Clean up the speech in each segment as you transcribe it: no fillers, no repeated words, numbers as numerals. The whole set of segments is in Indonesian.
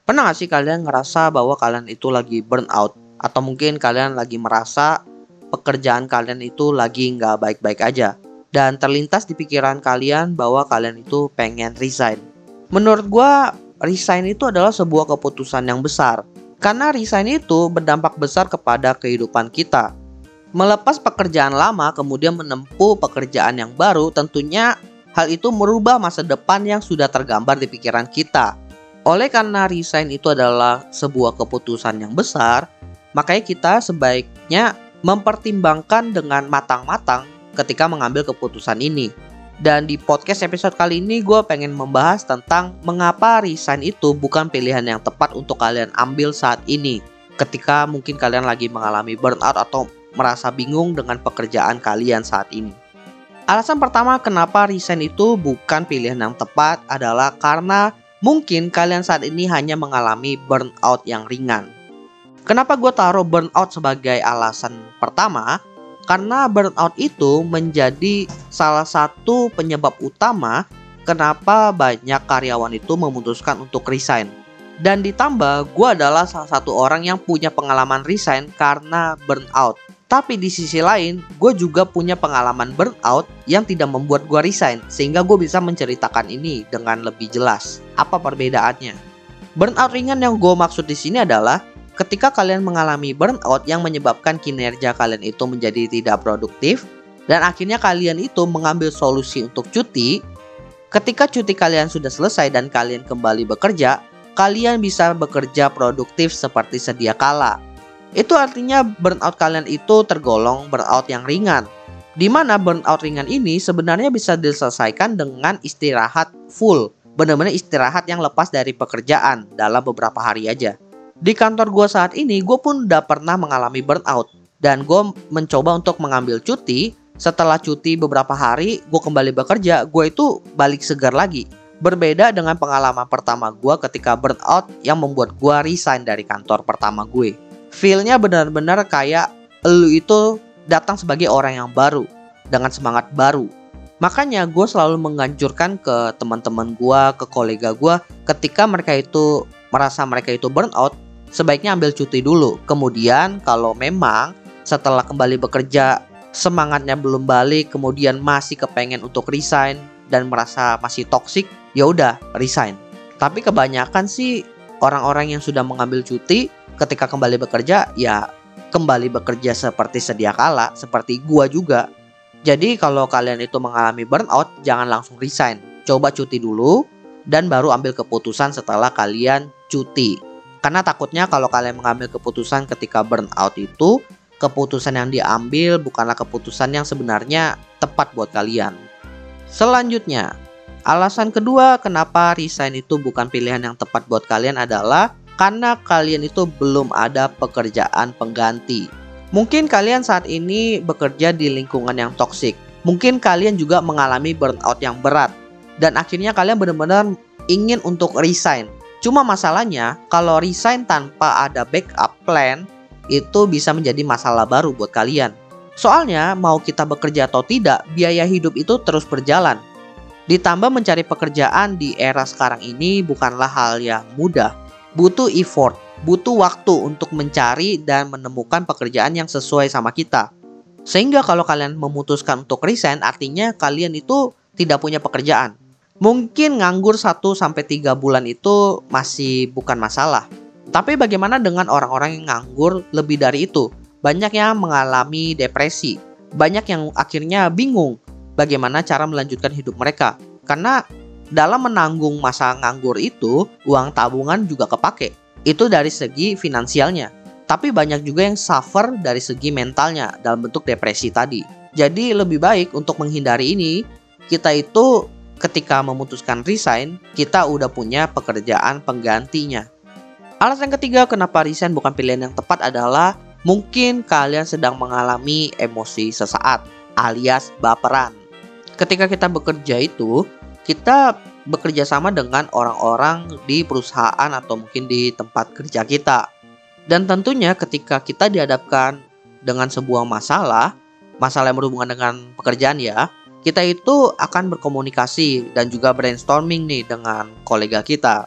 Pernah gak sih kalian ngerasa bahwa kalian itu lagi burn out? Atau mungkin kalian lagi merasa pekerjaan kalian itu lagi nggak baik-baik aja, dan terlintas di pikiran kalian bahwa kalian itu pengen resign. Menurut gua, resign itu adalah sebuah keputusan yang besar. Karena resign itu berdampak besar kepada kehidupan kita. Melepas pekerjaan lama kemudian menempuh pekerjaan yang baru, tentunya hal itu merubah masa depan yang sudah tergambar di pikiran kita. Oleh karena resign itu adalah sebuah keputusan yang besar, makanya kita sebaiknya mempertimbangkan dengan matang-matang ketika mengambil keputusan ini. Dan di podcast episode kali ini gue pengen membahas tentang mengapa resign itu bukan pilihan yang tepat untuk kalian ambil saat ini, ketika mungkin kalian lagi mengalami burnout atau merasa bingung dengan pekerjaan kalian saat ini. Alasan pertama kenapa resign itu bukan pilihan yang tepat adalah karena mungkin kalian saat ini hanya mengalami burnout yang ringan. Kenapa gue taruh burnout sebagai alasan pertama? Karena burnout itu menjadi salah satu penyebab utama kenapa banyak karyawan itu memutuskan untuk resign. Dan ditambah gue adalah salah satu orang yang punya pengalaman resign karena burnout. Tapi di sisi lain, gue juga punya pengalaman burnout yang tidak membuat gue resign, sehingga gue bisa menceritakan ini dengan lebih jelas. Apa perbedaannya? Burnout ringan yang gue maksud di sini adalah ketika kalian mengalami burnout yang menyebabkan kinerja kalian itu menjadi tidak produktif, dan akhirnya kalian itu mengambil solusi untuk cuti. Ketika cuti kalian sudah selesai dan kalian kembali bekerja, kalian bisa bekerja produktif seperti sedia kala. Itu artinya burnout kalian itu tergolong burnout yang ringan. Di mana burnout ringan ini sebenarnya bisa diselesaikan dengan istirahat full. Benar-benar istirahat yang lepas dari pekerjaan dalam beberapa hari aja. Di kantor gue saat ini, gue pun udah pernah mengalami burnout. Dan gue mencoba untuk mengambil cuti. Setelah cuti beberapa hari, gue kembali bekerja, gue itu balik segar lagi. Berbeda dengan pengalaman pertama gue ketika burnout yang membuat gue resign dari kantor pertama gue. Feel-nya benar-benar kayak lu itu datang sebagai orang yang baru, dengan semangat baru. Makanya gue selalu menganjurkan ke teman-teman gue, ke kolega gue, ketika mereka itu merasa mereka itu burnout, sebaiknya ambil cuti dulu. Kemudian kalau memang setelah kembali bekerja semangatnya belum balik, kemudian masih kepengen untuk resign dan merasa masih toksik, ya udah resign. Tapi kebanyakan sih orang-orang yang sudah mengambil cuti ketika kembali bekerja, ya kembali bekerja seperti sedia kala, seperti gua juga. Jadi kalau kalian itu mengalami burnout, jangan langsung resign. Coba cuti dulu, dan baru ambil keputusan setelah kalian cuti. Karena takutnya kalau kalian mengambil keputusan ketika burnout itu, keputusan yang diambil bukanlah keputusan yang sebenarnya tepat buat kalian. Selanjutnya, alasan kedua kenapa resign itu bukan pilihan yang tepat buat kalian adalah karena kalian itu belum ada pekerjaan pengganti. Mungkin kalian saat ini bekerja di lingkungan yang toksik. Mungkin kalian juga mengalami burnout yang berat. Dan akhirnya kalian benar-benar ingin untuk resign. Cuma masalahnya, kalau resign tanpa ada backup plan, itu bisa menjadi masalah baru buat kalian. Soalnya, mau kita bekerja atau tidak, biaya hidup itu terus berjalan. Ditambah mencari pekerjaan di era sekarang ini bukanlah hal yang mudah. Butuh effort, butuh waktu untuk mencari dan menemukan pekerjaan yang sesuai sama kita. Sehingga kalau kalian memutuskan untuk resign, artinya kalian itu tidak punya pekerjaan. Mungkin nganggur 1-3 bulan itu masih bukan masalah. Tapi bagaimana dengan orang-orang yang nganggur lebih dari itu? Banyak yang mengalami depresi. Banyak yang akhirnya bingung bagaimana cara melanjutkan hidup mereka. Karena dalam menanggung masa nganggur itu, uang tabungan juga kepake. Itu dari segi finansialnya. Tapi banyak juga yang suffer dari segi mentalnya dalam bentuk depresi tadi. Jadi lebih baik untuk menghindari ini, kita itu ketika memutuskan resign, kita udah punya pekerjaan penggantinya. Alasan ketiga kenapa resign bukan pilihan yang tepat adalah mungkin kalian sedang mengalami emosi sesaat alias baperan. Ketika kita bekerja itu, kita bekerja sama dengan orang-orang di perusahaan atau mungkin di tempat kerja kita. Dan tentunya ketika kita dihadapkan dengan sebuah masalah yang berhubungan dengan pekerjaan ya, kita itu akan berkomunikasi dan juga brainstorming nih dengan kolega kita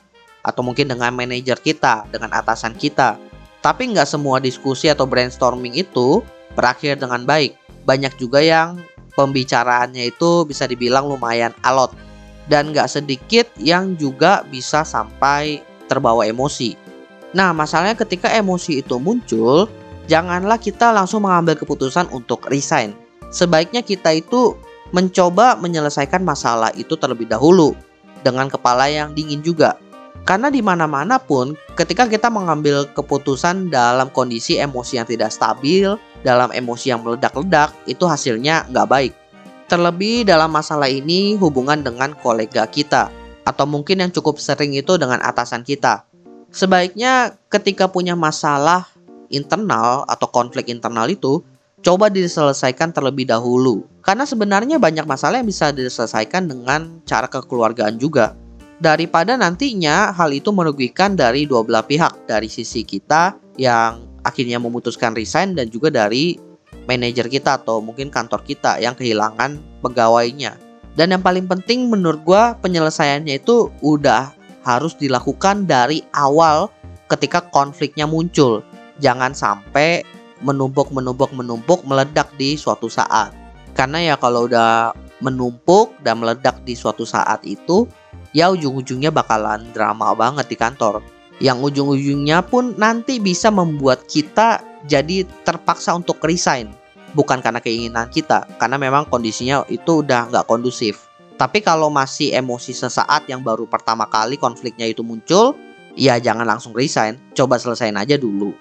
atau mungkin dengan manajer kita, dengan atasan kita. Tapi nggak semua diskusi atau brainstorming itu berakhir dengan baik. Banyak juga yang pembicaraannya itu bisa dibilang lumayan alot. Dan nggak sedikit yang juga bisa sampai terbawa emosi. Nah, masalahnya ketika emosi itu muncul, janganlah kita langsung mengambil keputusan untuk resign. Sebaiknya kita itu mencoba menyelesaikan masalah itu terlebih dahulu dengan kepala yang dingin juga. Karena di mana-mana pun ketika kita mengambil keputusan dalam kondisi emosi yang tidak stabil, dalam emosi yang meledak-ledak, itu hasilnya nggak baik. Terlebih dalam masalah ini hubungan dengan kolega kita, atau mungkin yang cukup sering itu dengan atasan kita. Sebaiknya ketika punya masalah internal atau konflik internal itu, coba diselesaikan terlebih dahulu. Karena sebenarnya banyak masalah yang bisa diselesaikan dengan cara kekeluargaan juga. Daripada nantinya hal itu merugikan dari dua belah pihak, dari sisi kita yang akhirnya memutuskan resign dan juga dari manajer kita atau mungkin kantor kita yang kehilangan pegawainya. Dan yang paling penting menurut gua, penyelesaiannya itu udah harus dilakukan dari awal ketika konfliknya muncul. Jangan sampai menumpuk meledak di suatu saat. Karena ya kalau udah menumpuk dan meledak di suatu saat itu, ya ujung-ujungnya bakalan drama banget di kantor. Yang ujung-ujungnya pun nanti bisa membuat kita jadi terpaksa untuk resign. Bukan karena keinginan kita, karena memang kondisinya itu udah nggak kondusif. Tapi kalau masih emosi sesaat yang baru pertama kali konfliknya itu muncul, ya jangan langsung resign, coba selesain aja dulu.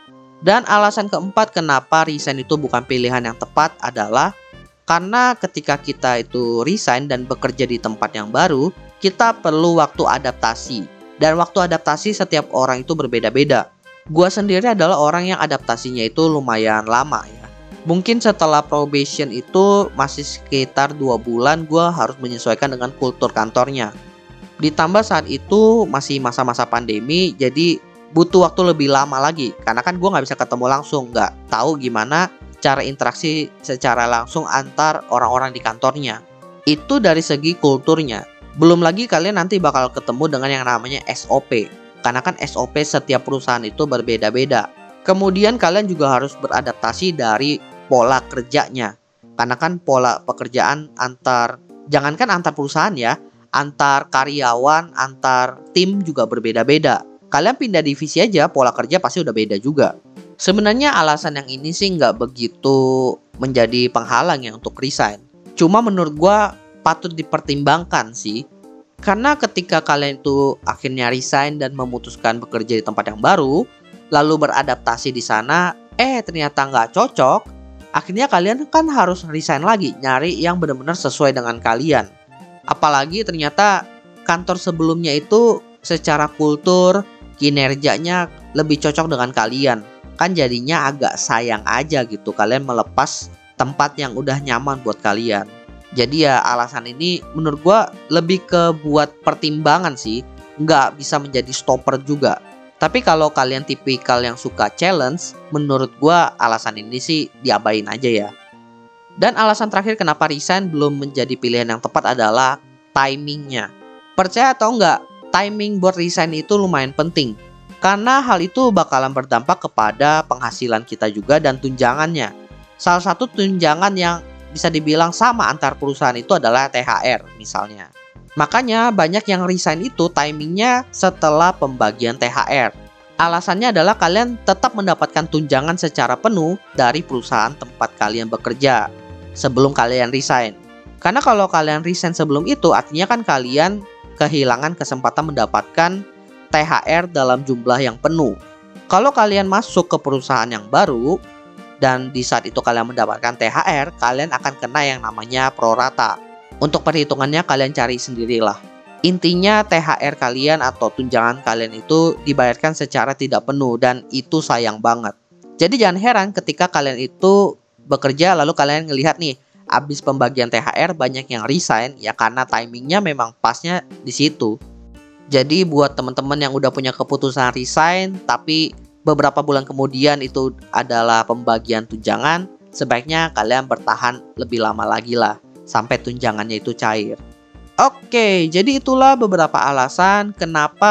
Dan alasan keempat kenapa resign itu bukan pilihan yang tepat adalah karena ketika kita itu resign dan bekerja di tempat yang baru, kita perlu waktu adaptasi. Dan waktu adaptasi setiap orang itu berbeda-beda. Gua sendiri adalah orang yang adaptasinya itu lumayan lama ya. Mungkin setelah probation itu masih sekitar 2 bulan gue harus menyesuaikan dengan kultur kantornya. Ditambah saat itu masih masa-masa pandemi, jadi butuh waktu lebih lama lagi. Karena kan gue gak bisa ketemu langsung, gak tahu gimana cara interaksi secara langsung antar orang-orang di kantornya. Itu dari segi kulturnya. Belum lagi kalian nanti bakal ketemu dengan yang namanya SOP. Karena kan SOP setiap perusahaan itu berbeda-beda. Kemudian kalian juga harus beradaptasi dari pola kerjanya. Karena kan pola pekerjaan jangankan antar perusahaan ya, antar karyawan, antar tim juga berbeda-beda. Kalian pindah divisi aja, pola kerja pasti udah beda juga. Sebenarnya alasan yang ini sih nggak begitu menjadi penghalang ya untuk resign. Cuma menurut gua patut dipertimbangkan sih. Karena ketika kalian itu akhirnya resign dan memutuskan bekerja di tempat yang baru, lalu beradaptasi di sana, ternyata nggak cocok, akhirnya kalian kan harus resign lagi, nyari yang benar-benar sesuai dengan kalian. Apalagi ternyata kantor sebelumnya itu secara kultur, kinerjanya lebih cocok dengan kalian. Kan jadinya agak sayang aja gitu kalian melepas tempat yang udah nyaman buat kalian. Jadi ya alasan ini menurut gua lebih ke buat pertimbangan sih, nggak bisa menjadi stopper juga. Tapi kalau kalian tipikal yang suka challenge, menurut gua alasan ini sih diabain aja ya. Dan alasan terakhir kenapa resign belum menjadi pilihan yang tepat adalah timingnya. Percaya atau enggak, timing buat resign itu lumayan penting. Karena hal itu bakalan berdampak kepada penghasilan kita juga dan tunjangannya. Salah satu tunjangan yang bisa dibilang sama antar perusahaan itu adalah THR misalnya. Makanya banyak yang resign itu timingnya setelah pembagian THR. Alasannya adalah kalian tetap mendapatkan tunjangan secara penuh dari perusahaan tempat kalian bekerja sebelum kalian resign. Karena kalau kalian resign sebelum itu artinya kan kalian kehilangan kesempatan mendapatkan THR dalam jumlah yang penuh. Kalau kalian masuk ke perusahaan yang baru dan di saat itu kalian mendapatkan THR, kalian akan kena yang namanya prorata. Untuk perhitungannya kalian cari sendirilah. Intinya THR kalian atau tunjangan kalian itu dibayarkan secara tidak penuh dan itu sayang banget. Jadi jangan heran ketika kalian itu bekerja lalu kalian ngelihat nih abis pembagian THR banyak yang resign ya karena timingnya memang pasnya di situ. Jadi buat teman-teman yang udah punya keputusan resign tapi beberapa bulan kemudian itu adalah pembagian tunjangan, sebaiknya kalian bertahan lebih lama lagi lah sampai tunjangannya itu cair. Oke, jadi itulah beberapa alasan kenapa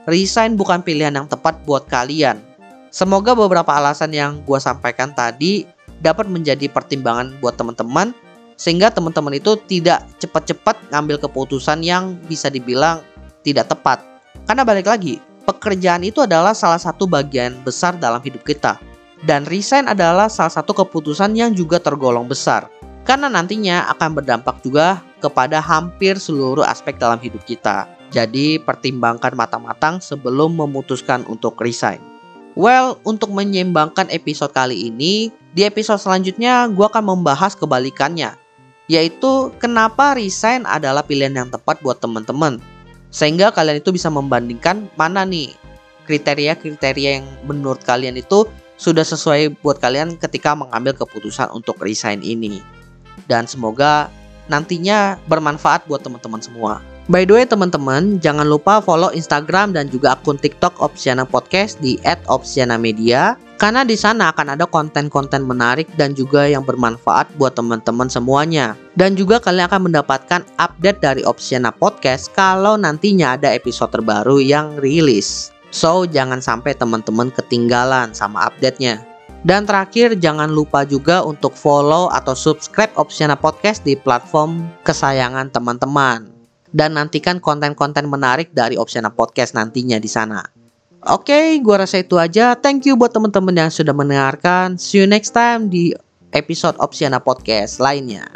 resign bukan pilihan yang tepat buat kalian. Semoga beberapa alasan yang gue sampaikan tadi dapat menjadi pertimbangan buat teman-teman, sehingga teman-teman itu tidak cepat-cepat ngambil keputusan yang bisa dibilang tidak tepat. Karena balik lagi, pekerjaan itu adalah salah satu bagian besar dalam hidup kita. Dan resign adalah salah satu keputusan yang juga tergolong besar. Karena nantinya akan berdampak juga kepada hampir seluruh aspek dalam hidup kita. Jadi pertimbangkan matang-matang sebelum memutuskan untuk resign. Well, untuk menyeimbangkan episode kali ini, di episode selanjutnya gue akan membahas kebalikannya, yaitu kenapa resign adalah pilihan yang tepat buat teman-teman. Sehingga kalian itu bisa membandingkan mana nih kriteria-kriteria yang menurut kalian itu sudah sesuai buat kalian ketika mengambil keputusan untuk resign ini. Dan semoga nantinya bermanfaat buat teman-teman semua. By the way teman-teman, jangan lupa follow Instagram dan juga akun TikTok Opsiana Podcast di @opsianamedia, karena di sana akan ada konten-konten menarik dan juga yang bermanfaat buat teman-teman semuanya. Dan juga kalian akan mendapatkan update dari Opsiana Podcast kalau nantinya ada episode terbaru yang rilis. So, jangan sampai teman-teman ketinggalan sama update-nya. Dan terakhir, jangan lupa juga untuk follow atau subscribe Opsiana Podcast di platform kesayangan teman-teman. Dan nantikan konten-konten menarik dari Opsiana Podcast nantinya di sana. Oke, gua rasa itu aja. Thank you buat teman-teman yang sudah mendengarkan. See you next time di episode Opsiana Podcast lainnya.